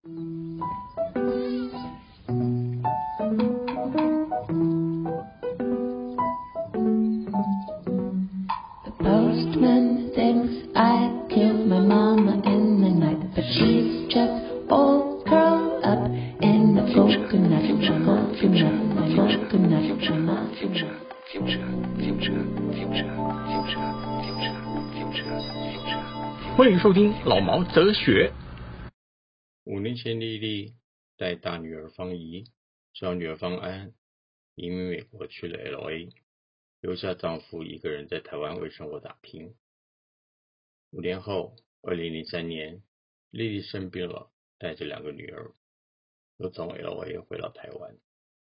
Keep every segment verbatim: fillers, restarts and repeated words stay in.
Postman thinks I killed my mama in the night, but she's just all curled up in a coconut, coconut, coconut, coconut. future。 欢迎收听老毛哲学。五年前，丽丽带大女儿方怡、小女儿方安移民美国去了 L A， 留下丈夫一个人在台湾为生活打拼。五年后，二零零三年，丽丽生病了，带着两个女儿又从 L A 回到台湾。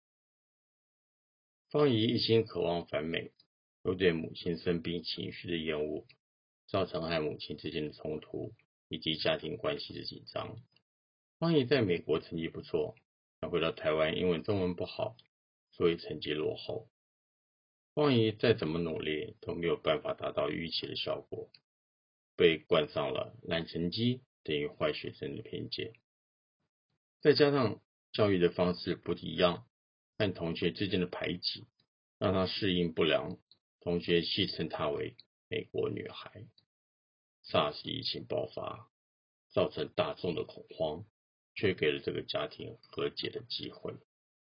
方怡一心渴望返美，又对母亲生病情绪的厌恶，造成和母亲之间的冲突以及家庭关系的紧张。方怡在美国成绩不错，但回到台湾因为中文不好，所以成绩落后。方怡再怎么努力都没有办法达到预期的效果，被冠上了烂成绩等于坏学生的偏见。再加上教育的方式不一样，和同学之间的排挤，让他适应不良，同学戏称他为美国女孩。SARS 疫情爆发，造成大众的恐慌，却给了这个家庭和解的机会。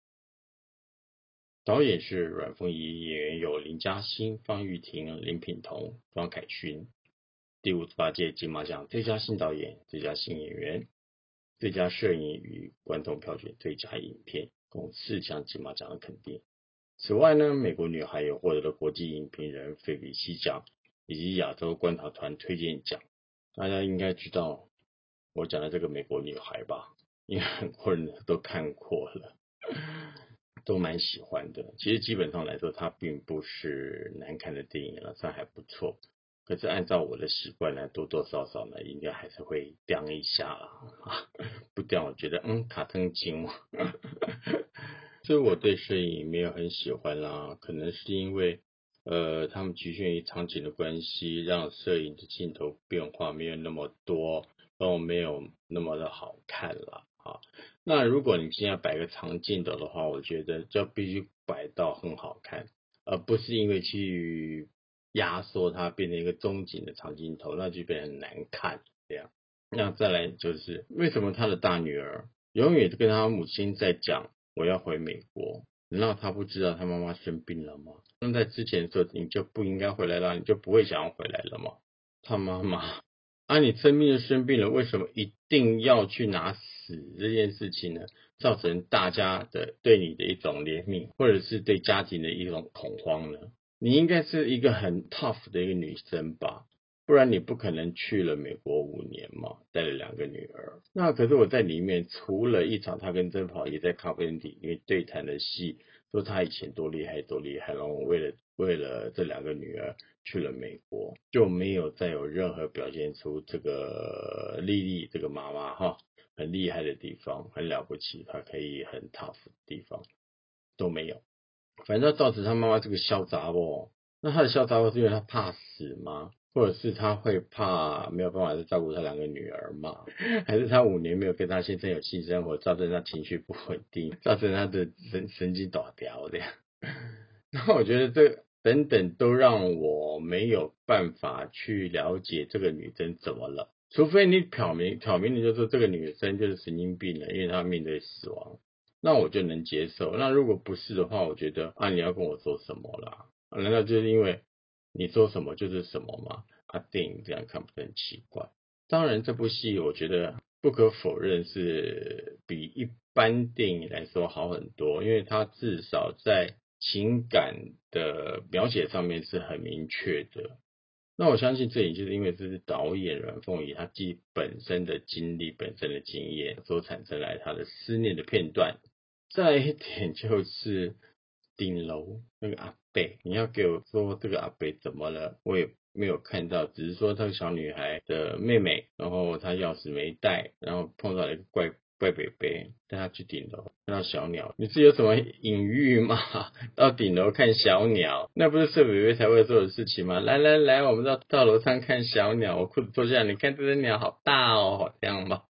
导演是阮凤仪，演员有林嘉欣、方玉婷、林品彤、庄凯勋。第五十八届金马奖最佳新导演、最佳新演员、最佳摄影与观众票选最佳影片，共四项金马奖的肯定。此外呢，美国女孩也获得了国际影评人费比西奖以及亚洲观察团推荐奖。大家应该知道我讲的这个美国女孩吧，因为很多人都看过了，都蛮喜欢的。其实基本上来说，它并不是难看的电影了，算还不错。可是按照我的习惯呢，多多少少呢，应该还是会掉一下啦。不掉，我觉得嗯，卡通精。所以我对摄影没有很喜欢啦，可能是因为呃，他们局限于场景的关系，让摄影的镜头变化没有那么多，然后没有那么的好看啦。啊，那如果你现在摆个长镜头的话，我觉得就必须摆到很好看，而不是因为去压缩它变成一个中景的长镜头，那就变得很难看这样。那再来就是为什么他的大女儿永远跟他母亲在讲我要回美国，难道他不知道他妈妈生病了吗？那在之前的时候你就不应该回来了，你就不会想要回来了吗？他妈妈啊，你生病了生病了，为什么一定要去拿死这件事情呢？造成大家的对你的一种怜悯，或者是对家庭的一种恐慌呢？你应该是一个很 tough 的一个女生吧，不然你不可能去了美国五年嘛，带了两个女儿。那可是我在里面除了一场他跟曾宝仪在咖啡厅里面对谈的戏，说他以前多厉害多厉害，然后为了为了这两个女儿去了美国，就没有再有任何表现出这个丽丽这个妈妈哈很厉害的地方，很了不起，她可以很 tough 的地方都没有。反正造成他妈妈这个小杂货，那他的小杂货是因为他怕死吗？或者是他会怕没有办法再照顾他两个女儿吗？还是他五年没有跟他先生有性生活，造成他情绪不稳定，造成他的神神经短条的？那我觉得这等等都让我没有办法去了解这个女生怎么了，除非你表明表明你就说这个女生就是神经病了，因为她面对死亡。那我就能接受。那如果不是的话，我觉得啊，你要跟我说什么啦？啊、难道就是因为你说什么就是什么吗？啊，电影这样看不是很奇怪？当然，这部戏我觉得不可否认是比一般电影来说好很多，因为它至少在情感的描写上面是很明确的。那我相信这也就是因为这是导演阮凤仪他自己本身的经历、本身的经验所产生来他的思念的片段。再来一点就是顶楼那个阿伯，你要给我说这个阿伯怎么了，我也没有看到，只是说他小女孩的妹妹，然后她钥匙没带，然后碰到了一个怪怪北北，带他去顶楼看到小鸟，你是有什么隐喻吗？到顶楼看小鸟，那不是色北北才会做的事情吗？来来来，我们到到楼上看小鸟，我裤子脱下来，你看这只鸟好大哦，这样吧。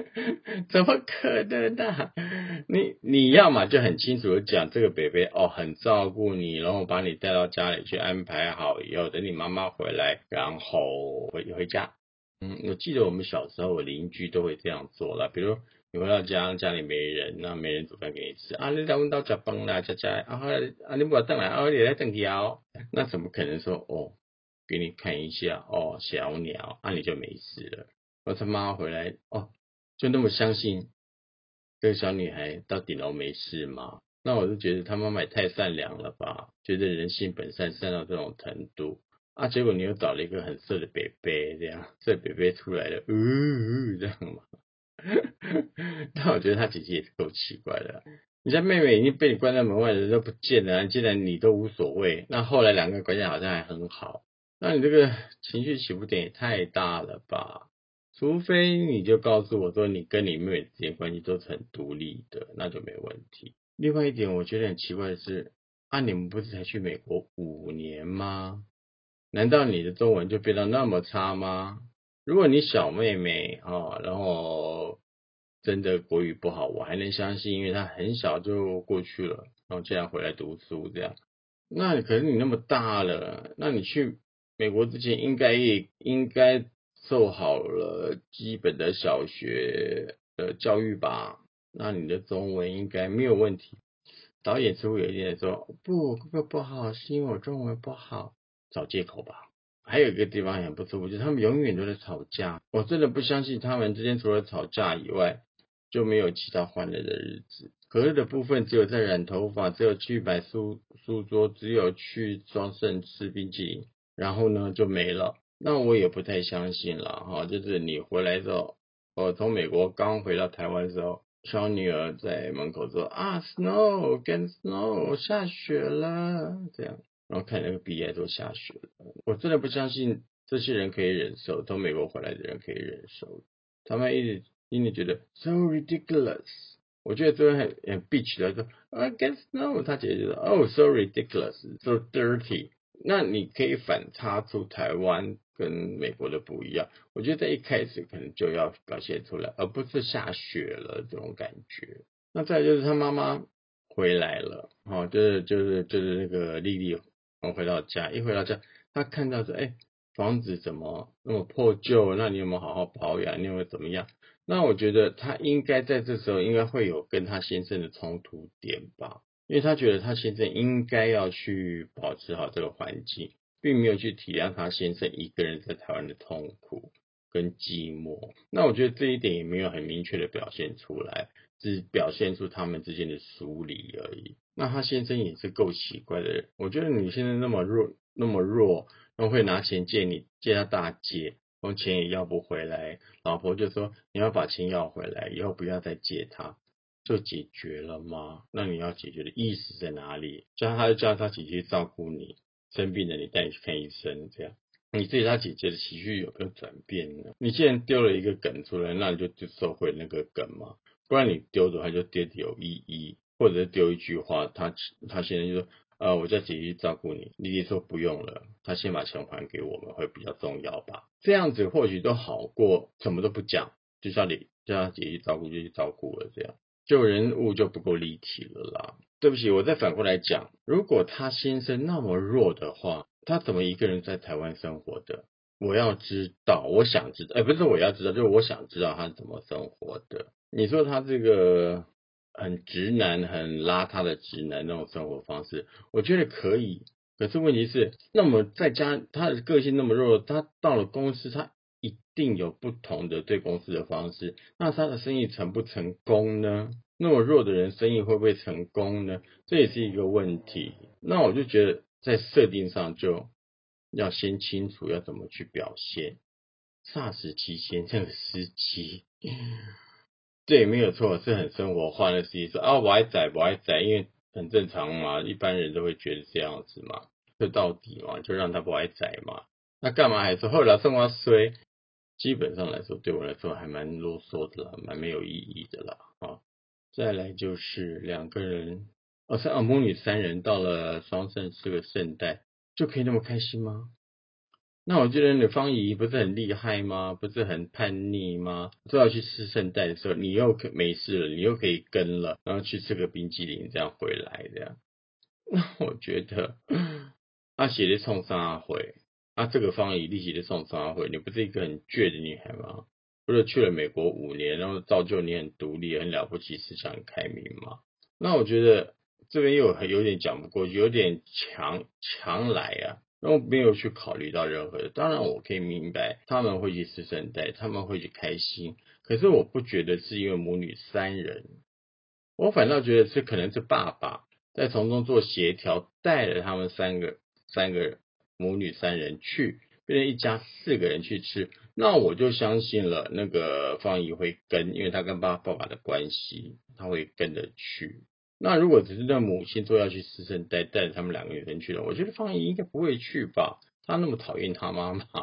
怎么可能啊？你你要嘛就很清楚的讲，这个北北哦很照顾你，然后把你带到家里去安排好以后，等你妈妈回来，然后回回家。嗯，我记得我们小时候，我邻居都会这样做了。比如你回到家，家里没人，那没人煮饭给你吃啊，你来问到家崩啦，家家啊啊，你不要等来啊，你来等你啊，那怎么可能说哦，给你看一下哦，小鸟，啊你就没事了。我他妈回来哦，就那么相信这个小女孩到顶楼没事吗？那我就觉得他妈妈也太善良了吧，觉得人性本善，善到这种程度。啊，结果你又找了一个很色的北北，这样色北北出来了，呃，呃这样嘛。但我觉得他姐姐也是够奇怪的。你家妹妹已经被你关在门外，人都不见了，既然你都无所谓，那后来两个关系好像还很好，那你这个情绪起伏点也太大了吧？除非你就告诉我说你跟你妹妹之间关系都是很独立的，那就没问题。另外一点我觉得很奇怪的是，啊，你们不是才去美国五年吗？难道你的中文就变得那么差吗？如果你小妹妹哦，然后真的国语不好，我还能相信，因为她很小就过去了，然后这样回来读书这样。那可是你那么大了，那你去美国之前应该也应该受好了基本的小学的教育吧？那你的中文应该没有问题。导演似乎有一点说不不不好，是因为我中文不好，找借口吧。还有一个地方很不舒服，就是他们永远都在吵架。我真的不相信他们之间除了吵架以外，就没有其他欢乐的日子。可乐的部分只有在染头发，只有去买书书桌，只有去庄胜吃冰淇淋，然后呢就没了。那我也不太相信了哈，就是你回来之后，我从美国刚回到台湾的时候，小女儿在门口说啊 ，snow get snow 下雪了，这样。然后看那个 B I 都下雪了，我真的不相信这些人可以忍受，从美国回来的人可以忍受，他们一直一直觉得 so ridiculous。我觉得这个很很 bitch 的说啊 get snow， 他姐姐说 oh so ridiculous，so dirty。那你可以反差出台湾跟美国的不一样，我觉得在一开始可能就要表现出来，而不是下雪了这种感觉。那再来就是他妈妈回来了，哦，就是就是就是那个丽丽。我回到家，一回到家，他看到说，哎，房子怎么那么破旧？那你有没有好好保养？你有没有怎么样？那我觉得他应该在这时候应该会有跟他先生的冲突点吧，因为他觉得他先生应该要去保持好这个环境，并没有去体谅他先生一个人在台湾的痛苦跟寂寞。那我觉得这一点也没有很明确的表现出来，只表现出他们之间的疏离而已。那他先生也是够奇怪的人，我觉得你现在那么弱，那么弱，然后会拿钱借你，借他大借，然后钱也要不回来，老婆就说你要把钱要回来，以后不要再借他，就解决了吗？那你要解决的意思在哪里？叫他叫他姐姐照顾你，生病了你带你去看医生，这样。你对他姐姐的情绪有没有转变呢？你既然丢了一个梗出来，那你就就收回那个梗嘛，不然你丢的话就丢的有意义。或者丢一句话，他他现在就说，呃，我叫姐姐照顾你。丽丽说不用了，他先把钱还给我们会比较重要吧？这样子或许都好过什么都不讲，就叫你叫他姐姐照顾就去照顾了，这样就人物就不够立体了啦。对不起，我再反过来讲，如果他先生那么弱的话，他怎么一个人在台湾生活的？我要知道，我想知道，哎，不是我要知道，就是我想知道他是怎么生活的。你说他这个很直男、很邋遢的直男那种生活方式，我觉得可以。可是问题是，那么在家他的个性那么弱，他到了公司，他一定有不同的对公司的方式。那他的生意成不成功呢？那么弱的人生意会不会成功呢？这也是一个问题。那我就觉得在设定上就要先清楚要怎么去表现。SARS 期间那个司机。对，没有错，是很生活化的事情。说啊，我还宰，我还宰，因为很正常嘛，一般人都会觉得这样子嘛，就到底嘛，就让他不爱宰嘛。那干嘛还说后来送他衰？基本上来说，对我来说还蛮啰嗦的啦，蛮没有意义的啦。啊，再来就是两个人，哦，是啊，母女三人到了双圣吃个圣代，就可以那么开心吗？ 那我觉得你方怡不是很厉害吗？不是很叛逆吗？都要去吃圣代的时候，你又可没事了，你又可以跟了，然后去吃个冰淇淋，这样回来这样。那我觉得，阿写的冲啥回？啊，这个方怡立即的送啥回？你不是一个很倔的女孩吗？不是去了美国五年，然后造就你很独立、很了不起、思想很开明吗？那我觉得这边又有点讲不过去，有点强强来啊。然后没有去考虑到任何的，当然我可以明白他们会去吃圣代，他们会去开心，可是我不觉得是因为母女三人，我反倒觉得是可能是爸爸在从中做协调，带了他们三个三个母女三人去，变成一家四个人去吃，那我就相信了那个方怡会跟，因为他跟爸爸爸的关系，他会跟着去。那如果只是那母亲说要去吃圣代，带着他们两个女人去了，我觉得方怡应该不会去吧？他那么讨厌他妈妈，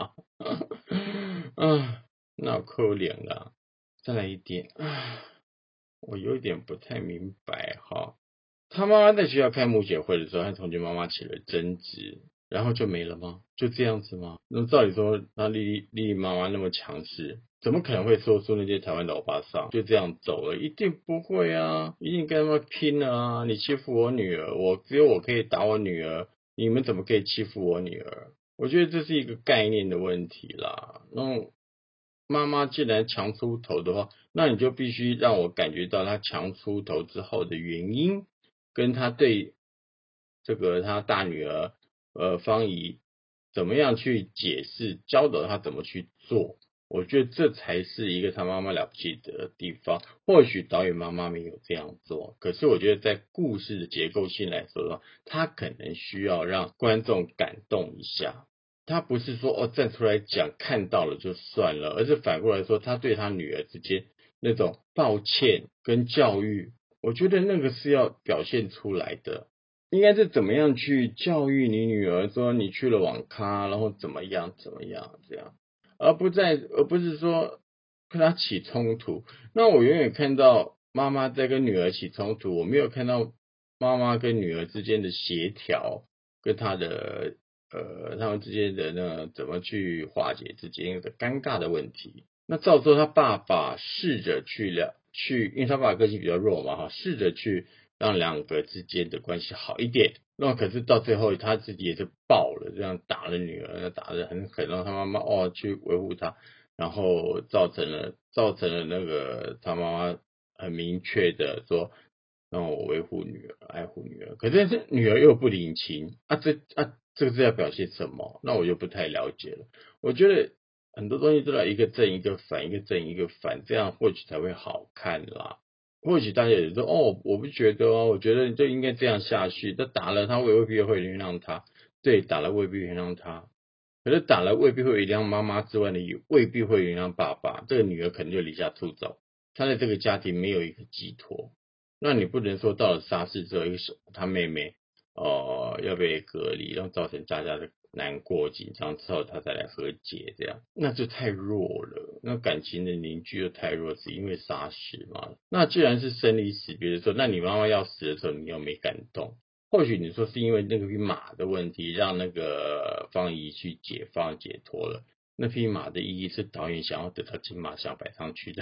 啊，那可怜了。再来一点，啊，我有点不太明白哈。他妈妈在学校开母姐会的时候，和同学妈妈起了争执，然后就没了吗？就这样子吗？那照理说，那丽丽丽丽妈妈那么强势，怎么可能会说出那些台湾的欧巴桑就这样走了？一定不会啊，一定跟他们拼了啊！你欺负我女儿，我只有我可以打我女儿，你们怎么可以欺负我女儿？我觉得这是一个概念的问题啦。那妈妈既然强出头的话，那你就必须让我感觉到她强出头之后的原因，跟她对这个她大女儿呃方怡怎么样去解释，教导她怎么去做。我觉得这才是一个她妈妈了不起的地方。或许导演妈妈没有这样做，可是我觉得在故事的结构性来说的话，她可能需要让观众感动一下。他不是说哦站出来讲看到了就算了，而是反过来说他对他女儿之间那种抱歉跟教育，我觉得那个是要表现出来的。应该是怎么样去教育你女儿，说你去了网咖，然后怎么样怎么样这样，而不在而不是说跟他起冲突。那我远远看到妈妈在跟女儿起冲突，我没有看到妈妈跟女儿之间的协调，跟她的呃，他们之间的那怎么去化解之间的尴尬的问题？那照说他爸爸试着去了去，因为他爸爸个性比较弱嘛，哈，试着去让两个之间的关系好一点。那可是到最后他自己也是爆了，这样打了女儿，打得很狠，让他妈妈哦去维护他，然后造成了造成了那个他妈妈很明确的说，让我维护女儿，爱护女儿。可是这女儿又不领情啊，这啊这个是要表现什么？那我就不太了解了。我觉得很多东西都要一个正一个反，一个正一个反，这样或许才会好看啦。或许大家也说哦，我不觉得哦，我觉得就应该这样下去。他打了他未必会原谅他，对，打了未必原谅他。可是打了未必会原谅妈妈之外的，也未必会原谅爸爸。这个女儿可能就离家出走，她在这个家庭没有一个寄托。那你不能说到了沙士之后，一个他妹妹呃要被隔离，然后造成大家的难过紧张之后，他再来和解，这样那就太弱了。那感情的凝聚又太弱，是因为沙士嘛？那既然是生离死别的时候，那你妈妈要死的时候，你又没感动。或许你说是因为那个匹马的问题，让那个方怡去解放解脱了。那匹马的意义是导演想要得到金马奖摆上去的。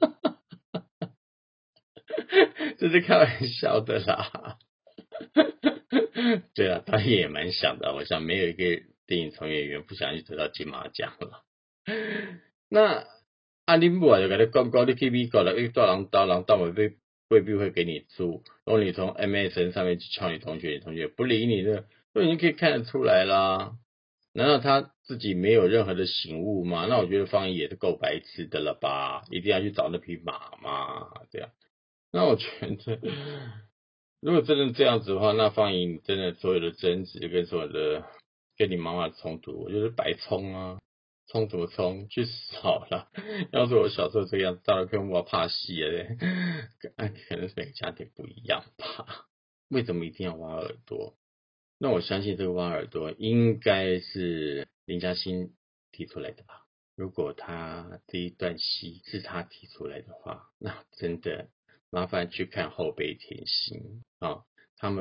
这是开玩笑的啦。对啊，导演也蛮想的，我想没有一个电影从业人员不想去得到金马奖了。那啊，你母啊就跟你讲讲，你去美国了，遇到人刀，人刀未必未必会给你住。然后你从 M S N 上面去敲你同学，你同学不理你的，都已经可以看得出来啦。难道他自己没有任何的醒悟吗？那我觉得方怡也是够白痴的了吧，一定要去找那匹马嘛，这样。那我觉得，如果真的这样子的话，那方怡你真的所有的争执跟所有的跟你妈妈的冲突，我觉得白冲啊，冲什么冲？去死好了！要是我小时候这样，当然跟我怕戏了，可能是每个家庭不一样吧。为什么一定要挖耳朵？那我相信这个挖耳朵应该是林嘉欣提出来的吧。如果他这一段戏是他提出来的话，那真的麻烦去看后辈甜心啊，他们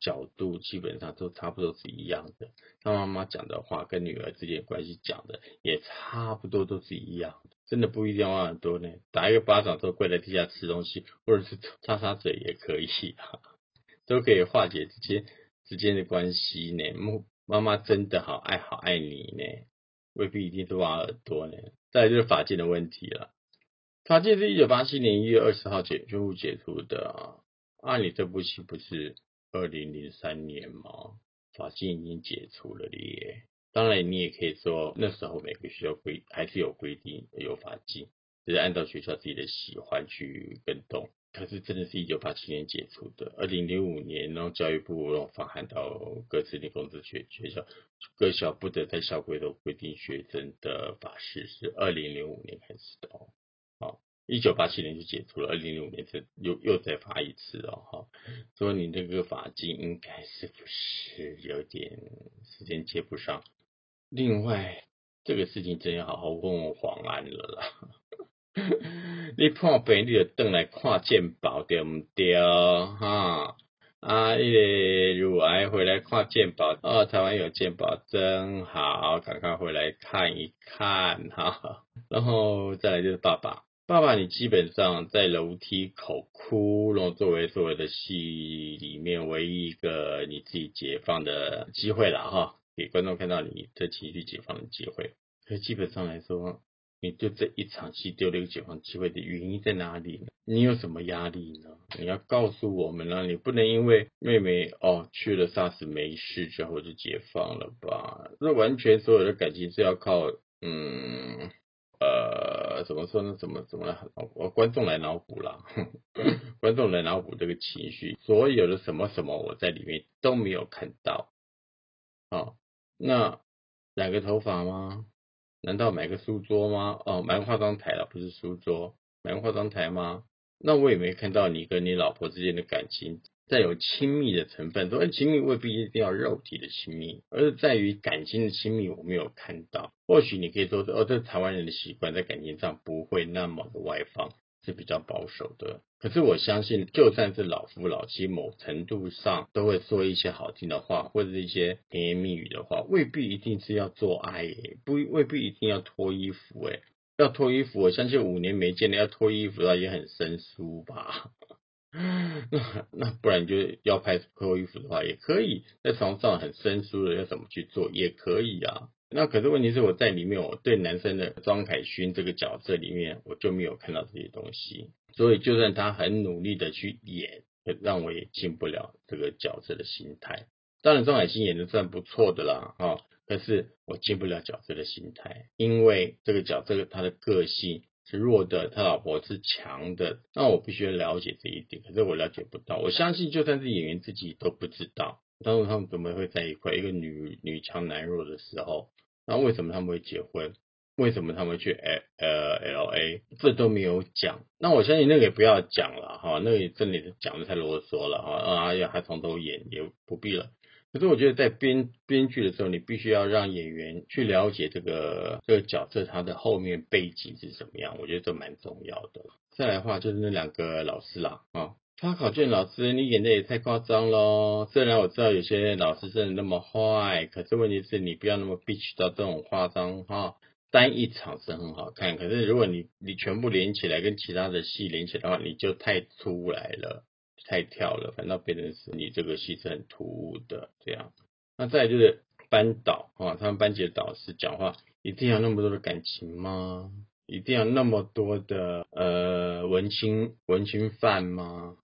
角度基本上都差不多是一样的，他妈妈讲的话跟女儿之间的关系讲的也差不多都是一样的，真的不一定要花很多呢，打一个巴掌之后跪在地下吃东西，或者是擦擦嘴也可以啊，都可以化解之间之间的关系呢。妈妈真的好爱好爱你呢，未必一定是挖耳朵呢。再来就是法禁的问题了，法禁是一九八七年一月二十号解宣布解除的啊。按理这部戏不是二零零三年吗？法禁已经解除了耶。当然你也可以说那时候每个学校规还是有规定有法禁，只是按照学校自己的喜欢去跟动。可是真的是一九八七年解除的，二零零五年然后教育部让发函到各私立公职学学校，各校不得在校规都规定学生的法事，是二零零五年开始的哦。好，一九八七年就解除了，二零零五年是又又再罚一次哦。哈，所以你这个法禁应该是不是有点时间接不上？另外，这个事情真要好好问问黄安了啦。你破病你就转来看健保对唔对哈？啊，那个乳癌回来看健保哦，台湾有健保真好，赶快回来看一看哈。然后再来就是爸爸，爸爸你基本上在楼梯口哭，然后作为所有的戏里面唯一一个你自己解放的机会啦哈，给观众看到你的情绪解放的机会。可基本上来说，你就这一场戏丢了一个解放机会的原因在哪里呢？你有什么压力呢？你要告诉我们啊，你不能因为妹妹哦去了 SARS 没事之后就解放了吧？这完全所有的感情是要靠嗯呃怎么说呢？怎么怎么来我观众来脑补啦，观众来脑补这个情绪，所有的什么什么我在里面都没有看到。哦，那染个头发吗？难道买个书桌吗？哦，买个化妆台了，不是书桌，买个化妆台吗？那我也没看到你跟你老婆之间的感情带有亲密的成分，所谓亲密未必一定要肉体的亲密，而是在于感情的亲密，我没有看到。或许你可以说，哦，这是台湾人的习惯，在感情上不会那么的外放，是比较保守的。可是我相信，就算是老夫老妻，某程度上都会说一些好听的话，或者是一些甜言蜜语的话，未必一定是要做爱耶，不未必一定要脱衣服诶。要脱衣服，我相信五年没见了，要脱衣服，那也很生疏吧。那那不然就要拍脱衣服的话，也可以在床上很生疏的要怎么去做，也可以啊。那可是问题是我在里面，我对男生的庄凯勋这个角色里面，我就没有看到这些东西。所以就算他很努力的去演，让我也进不了这个角色的心态。当然庄凯勋演的算不错的啦，哈、哦，可是我进不了角色的心态，因为这个角色他的个性是弱的，他老婆是强的，那我必须要了解这一点，可是我了解不到。我相信就算是演员自己都不知道，当初他们怎么会在一块，一个女女强男弱的时候，那为什么他们会结婚？为什么他们去 L 呃 L A 这都没有讲，那我相信那个也不要讲了哈，那个真的是讲的太啰嗦了哈，啊呀还从头演也不必了。可是我觉得在编编剧的时候，你必须要让演员去了解这个这个角色他的后面背景是什么样，我觉得这蛮重要的。再来的话就是那两个老师啦啊。发考卷老师，你演的也太夸张咯。虽然我知道有些老师真的那么坏，可是问题是你不要那么 bitch 到这种夸张哈。单一场是很好看，可是如果你你全部连起来跟其他的戏连起来的话，你就太出来了，太跳了，反倒变成是你这个戏是很突兀的这样。那再来就是班导啊，他们班级的导师讲话一定要那么多的感情吗？一定要那么多的呃文青文青饭吗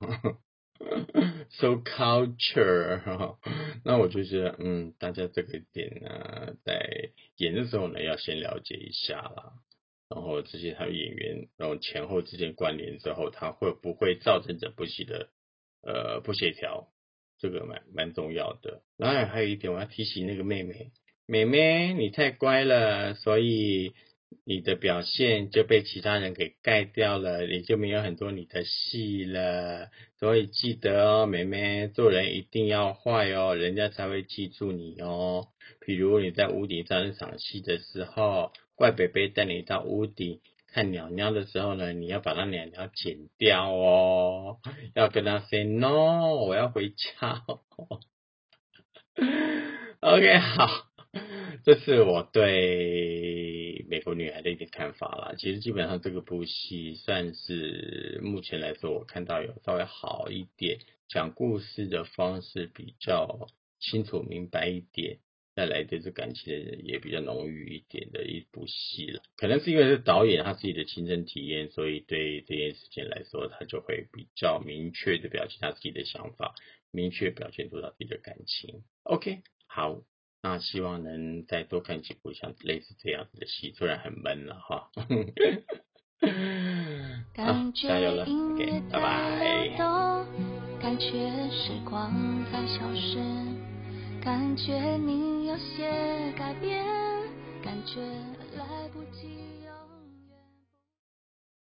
？So culture，那我就觉得，嗯，大家这个点呢，在演的时候呢，要先了解一下啦。然后这些他们演员，然后前后之间关联之后，它会不会造成整部戏的呃不协调？这个蛮蛮重要的。然后还有一点，我要提醒那个妹妹，妹妹你太乖了，所以你的表现就被其他人给盖掉了，你就没有很多你的戏了。所以记得哦，妹妹做人一定要坏哦，人家才会记住你哦。比如你在屋顶上赏戏的时候，怪北北带你到屋顶看鸟鸟的时候呢，你要把那鸟鸟剪掉哦，要跟他 say no， 我要回家哦。 OK， 好，这是我对美国女孩的一点看法啦。其实基本上这个部戏算是目前来说我看到有稍微好一点，讲故事的方式比较清楚明白一点，再来对这感情的也比较浓郁一点的一部戏了。可能是因为是导演他自己的亲身体验，所以对这件事情来说，他就会比较明确的表现他自己的想法，明确表现出他自己的感情。OK， 好，那希望能再多看几部像类似这样子的戏，虽然很闷了哈。好，加油了 ，OK， 拜拜。 感觉时光在消失，感觉你有些改变，感觉